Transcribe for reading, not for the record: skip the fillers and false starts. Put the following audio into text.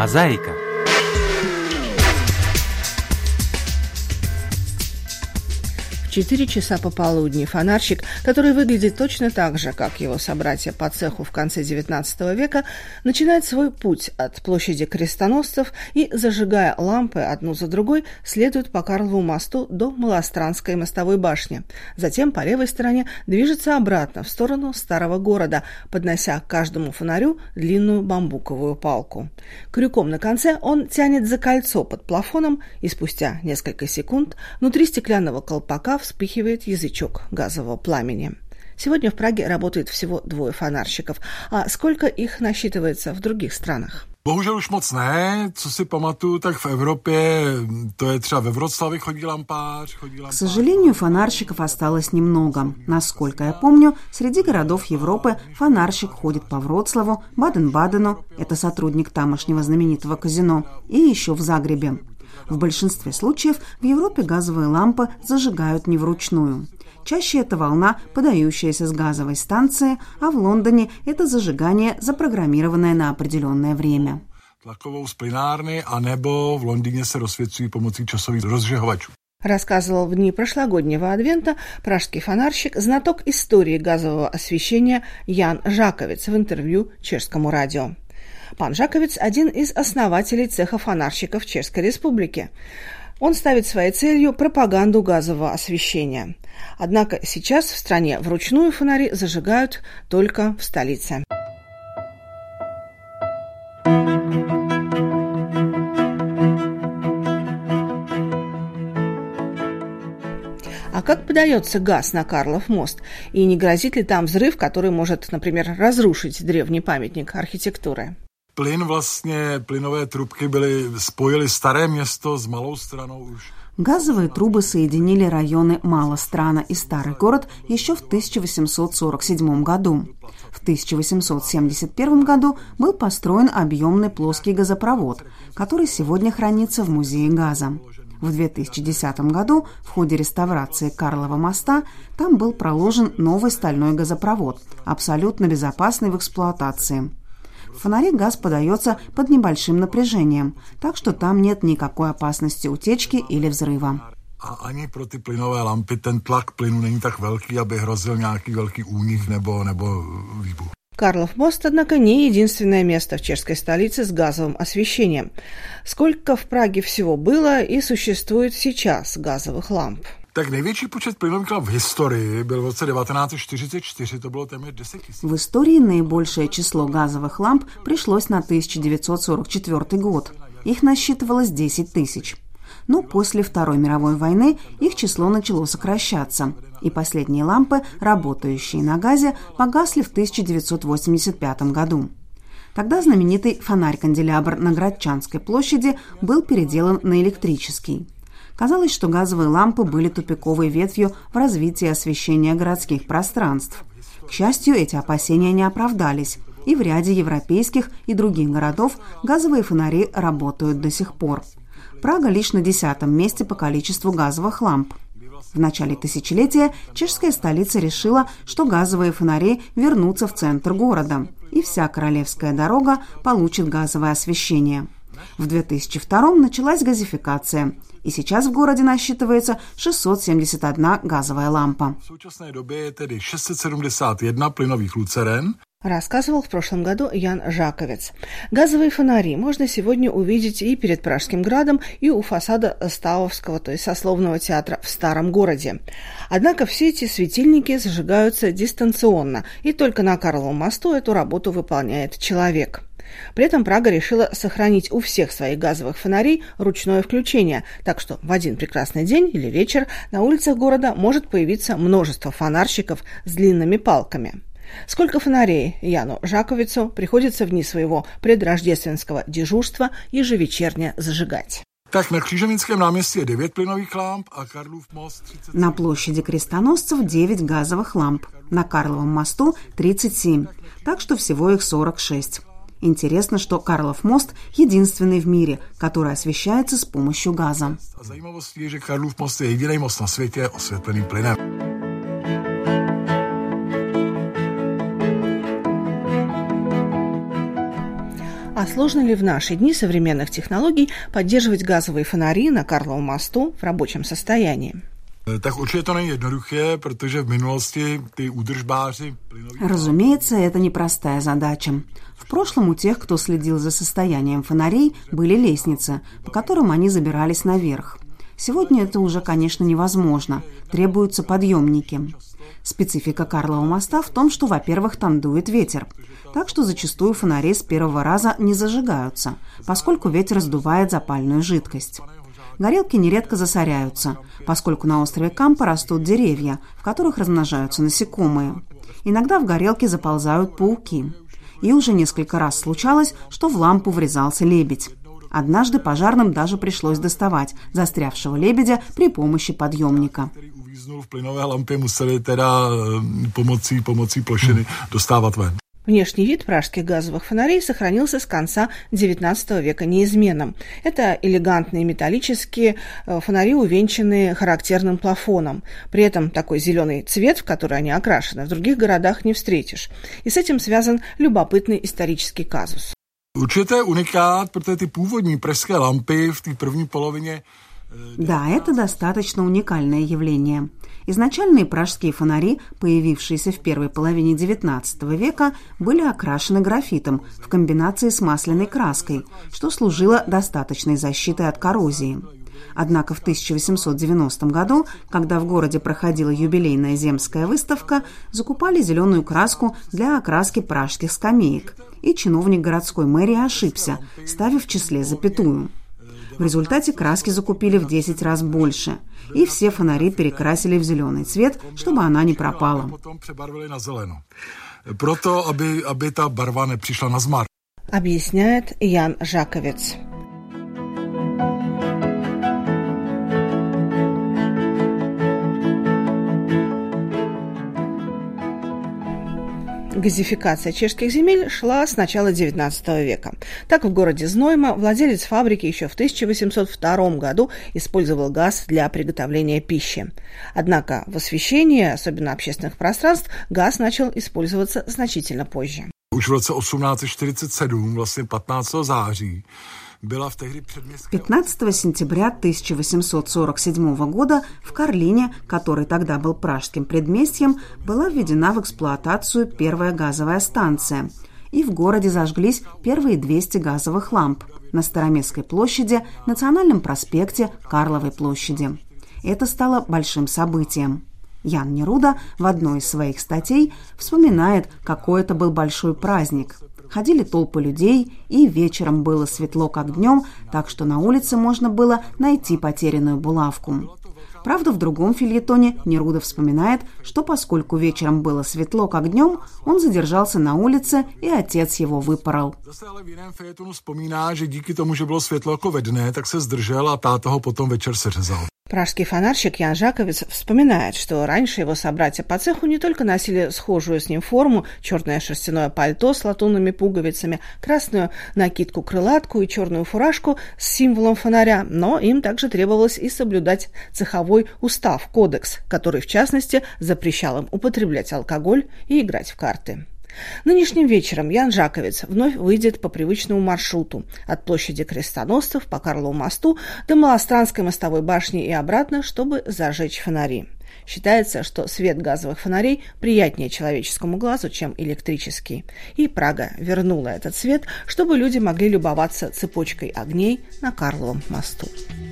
Мозаика. В 4 часа пополудни фонарщик, который выглядит точно так же, как его собратья по цеху в конце XIX века, начинает свой путь от площади Крестоносцев и, зажигая лампы одну за другой, следует по Карлову мосту до Малостранской мостовой башни. Затем по левой стороне движется обратно в сторону старого города, поднося к каждому фонарю длинную бамбуковую палку. Крюком на конце он тянет за кольцо под плафоном, и спустя несколько секунд внутри стеклянного колпака вспыхивает язычок газового пламени. Сегодня в Праге работает всего 2 фонарщиков. А сколько их насчитывается в других странах? Bohužel už moc ne, co si pamatuju, tak v Evropě, to je třeba ve Wroclawi chodí lampář. К сожалению, фонарщиков осталось немного. Насколько я помню, среди городов Европы фонарщик ходит по Вроцлаву, Баден-Бадену, это сотрудник тамошнего знаменитого казино, и еще в Загребе. В большинстве случаев в Европе газовые лампы зажигают не вручную. Чаще это волна, подающаяся с газовой станции, а в Лондоне это зажигание, запрограммированное на определенное время. Tlakovou z plynárny, anebo v Londýně se rozsvěcují pomocí časových rozžehovačů. Рассказывал в дни прошлогоднего адвента пражский фонарщик, знаток истории газового освещения Ян Žakovec в интервью чешскому радио. Пан Žakovec – один из основателей цеха фонарщиков Чешской Республики. Он ставит своей целью пропаганду газового освещения. Однако сейчас в стране вручную фонари зажигают только в столице. А как подается газ на Карлов мост? И не грозит ли там взрыв, который может, например, разрушить древний памятник архитектуры? Plyn vlastně, plynové trubky spojily staré město s Malou Stranou už. Газовые трубы соединили районы Малострана и Старый город еще в 1847 году. В 1871 году был построен объемный плоский газопровод, который сегодня хранится в Музее газа. В 2010 году в ходе реставрации Карлова моста там был проложен новый стальной газопровод, абсолютно безопасный в эксплуатации. В фонаре газ подается под небольшим напряжением, так что там нет никакой опасности утечки или взрыва. A ani pro ty plynové lampy ten tlak plynu není tak velký, aby hrozil nějaký velký únik nebo výbuch. Карлов мост, однако, не единственное место в чешской столице с газовым освещением. Сколько в Праге всего было и существует сейчас газовых ламп? Tak největší počet plynových lamp v historii byl v roce 1944, to bylo téměř 10 000. В истории наибольшее число газовых ламп пришлось на 1944 год. Их насчитывалось 10 тысяч. Но после Второй мировой войны их число начало сокращаться, и последние лампы, работающие на газе, погасли в 1985 году. Тогда знаменитый фонарь-канделябр на Градчанской площади был переделан на электрический. Казалось, что газовые лампы были тупиковой ветвью в развитии освещения городских пространств. К счастью, эти опасения не оправдались, и в ряде европейских и других городов газовые фонари работают до сих пор. Прага лишь на 10-м месте по количеству газовых ламп. В начале тысячелетия чешская столица решила, что газовые фонари вернутся в центр города, и вся Королевская дорога получит газовое освещение. В 2002 началась газификация, и сейчас в городе насчитывается 671 газовая лампа. В současné době je tedy 671 plynových luceren. Рассказывал в прошлом году Ян Žakovec. Газовые фонари можно сегодня увидеть и перед Пражским градом, и у фасада Ставовского, то есть сословного театра в Старом городе. Однако все эти светильники зажигаются дистанционно, и только на Карловом мосту эту работу выполняет человек. При этом Прага решила сохранить у всех своих газовых фонарей ручное включение, так что в один прекрасный день или вечер на улицах города может появиться множество фонарщиков с длинными палками. Сколько фонарей Яну Žakovecу приходится в дни своего предрождественского дежурства ежевечерне зажигать? Так, на Křižanickém náměstí je 9 plynových lamp, a Karlův most 30... На площади Крестоносцев 9 газовых ламп, на Карловом мосту 37, так что всего их 46. Интересно, что Карлов мост единственный в мире, который освещается с помощью газа. Zajímavostí je, že Karlův most je jediný most na světě osvětlený plynem. А Сложно ли в наши дни современных технологий поддерживать газовые фонари на Карловом мосту в рабочем состоянии? Tak určitě to není jednoduché, protože v minulosti ty údržbáři... Разумеется, это непростая задача. В прошлом у тех, кто следил за состоянием фонарей, были лестницы, по которым они забирались наверх. Сегодня это уже, конечно, невозможно. Требуются подъемники. Специфика Карлова моста в том, что, во-первых, там дует ветер. Так что зачастую фонари с первого раза не зажигаются, поскольку ветер сдувает запальную жидкость. Горелки нередко засоряются, поскольку на острове Кампа растут деревья, в которых размножаются насекомые. Иногда в горелки заползают пауки. И уже несколько раз случалось, что в лампу врезался лебедь. Однажды пожарным даже пришлось доставать застрявшего лебедя при помощи подъемника. V plynové lampě museli teda pomocí plošiny dostávat ven. Внешний вид пражских газовых фонарей сохранился с конца XIX века неизменным. Это элегантные металлические фонари, увенчанные характерным плафоном. При этом такой зеленый цвет, в который они окрашены, в других городах не встретишь. И с этим связан любопытный исторический казус. Určitě unikát, protože ty původní pražské lampy v té první polovině. Да, это достаточно уникальное явление. Изначальные пражские фонари, появившиеся в первой половине XIX века, были окрашены графитом в комбинации с масляной краской, что служило достаточной защитой от коррозии. Однако в 1890 году, когда в городе проходила юбилейная земская выставка, закупали зеленую краску для окраски пражских скамеек, и чиновник городской мэрии ошибся, ставив в числе запятую. В результате краски закупили в 10 раз больше, и все фонари перекрасили в зеленый цвет, чтобы она не пропала. Объясняет Ян Жаковец. Газификация чешских земель шла с начала XIX века. Так, в городе Знойма владелец фабрики еще в 1802 году использовал газ для приготовления пищи. Однако в освещении, особенно общественных пространств, газ начал использоваться значительно позже. Už v roce 1847, vlastně 15. září, 15 сентября 1847 года в Карлине, который тогда был пражским предместьем, была введена в эксплуатацию первая газовая станция. И в городе зажглись первые 200 газовых ламп на Староместской площади, Национальном проспекте, Карловой площади. Это стало большим событием. Ян Неруда в одной из своих статей вспоминает, какой это был большой праздник. Ходили толпы людей, и вечером было светло, как днем, так что на улице можно было найти потерянную булавку. Правда, в другом фельетоне Неруда вспоминает, что поскольку вечером было светло, как днем, он задержался на улице, и отец его выпорол. Zase ale v jiném fejetonu vzpomíná, že díky tomu, že bylo světlo jako ve dne, tak se zdržel a táta ho potom večer seřezal. Пражский фонарщик Ян Жаковец вспоминает, что раньше его собратья по цеху не только носили схожую с ним форму, черное шерстяное пальто с латунными пуговицами, красную накидку-крылатку и черную фуражку с символом фонаря, но им также требовалось и соблюдать цеховой устав, кодекс, который, в частности, запрещал им употреблять алкоголь и играть в карты. Нынешним вечером Ян Жаковец вновь выйдет по привычному маршруту от площади Крестоносцев по Карлову мосту до Малостранской мостовой башни и обратно, чтобы зажечь фонари. Считается, что свет газовых фонарей приятнее человеческому глазу, чем электрический. И Прага вернула этот свет, чтобы люди могли любоваться цепочкой огней на Карловом мосту.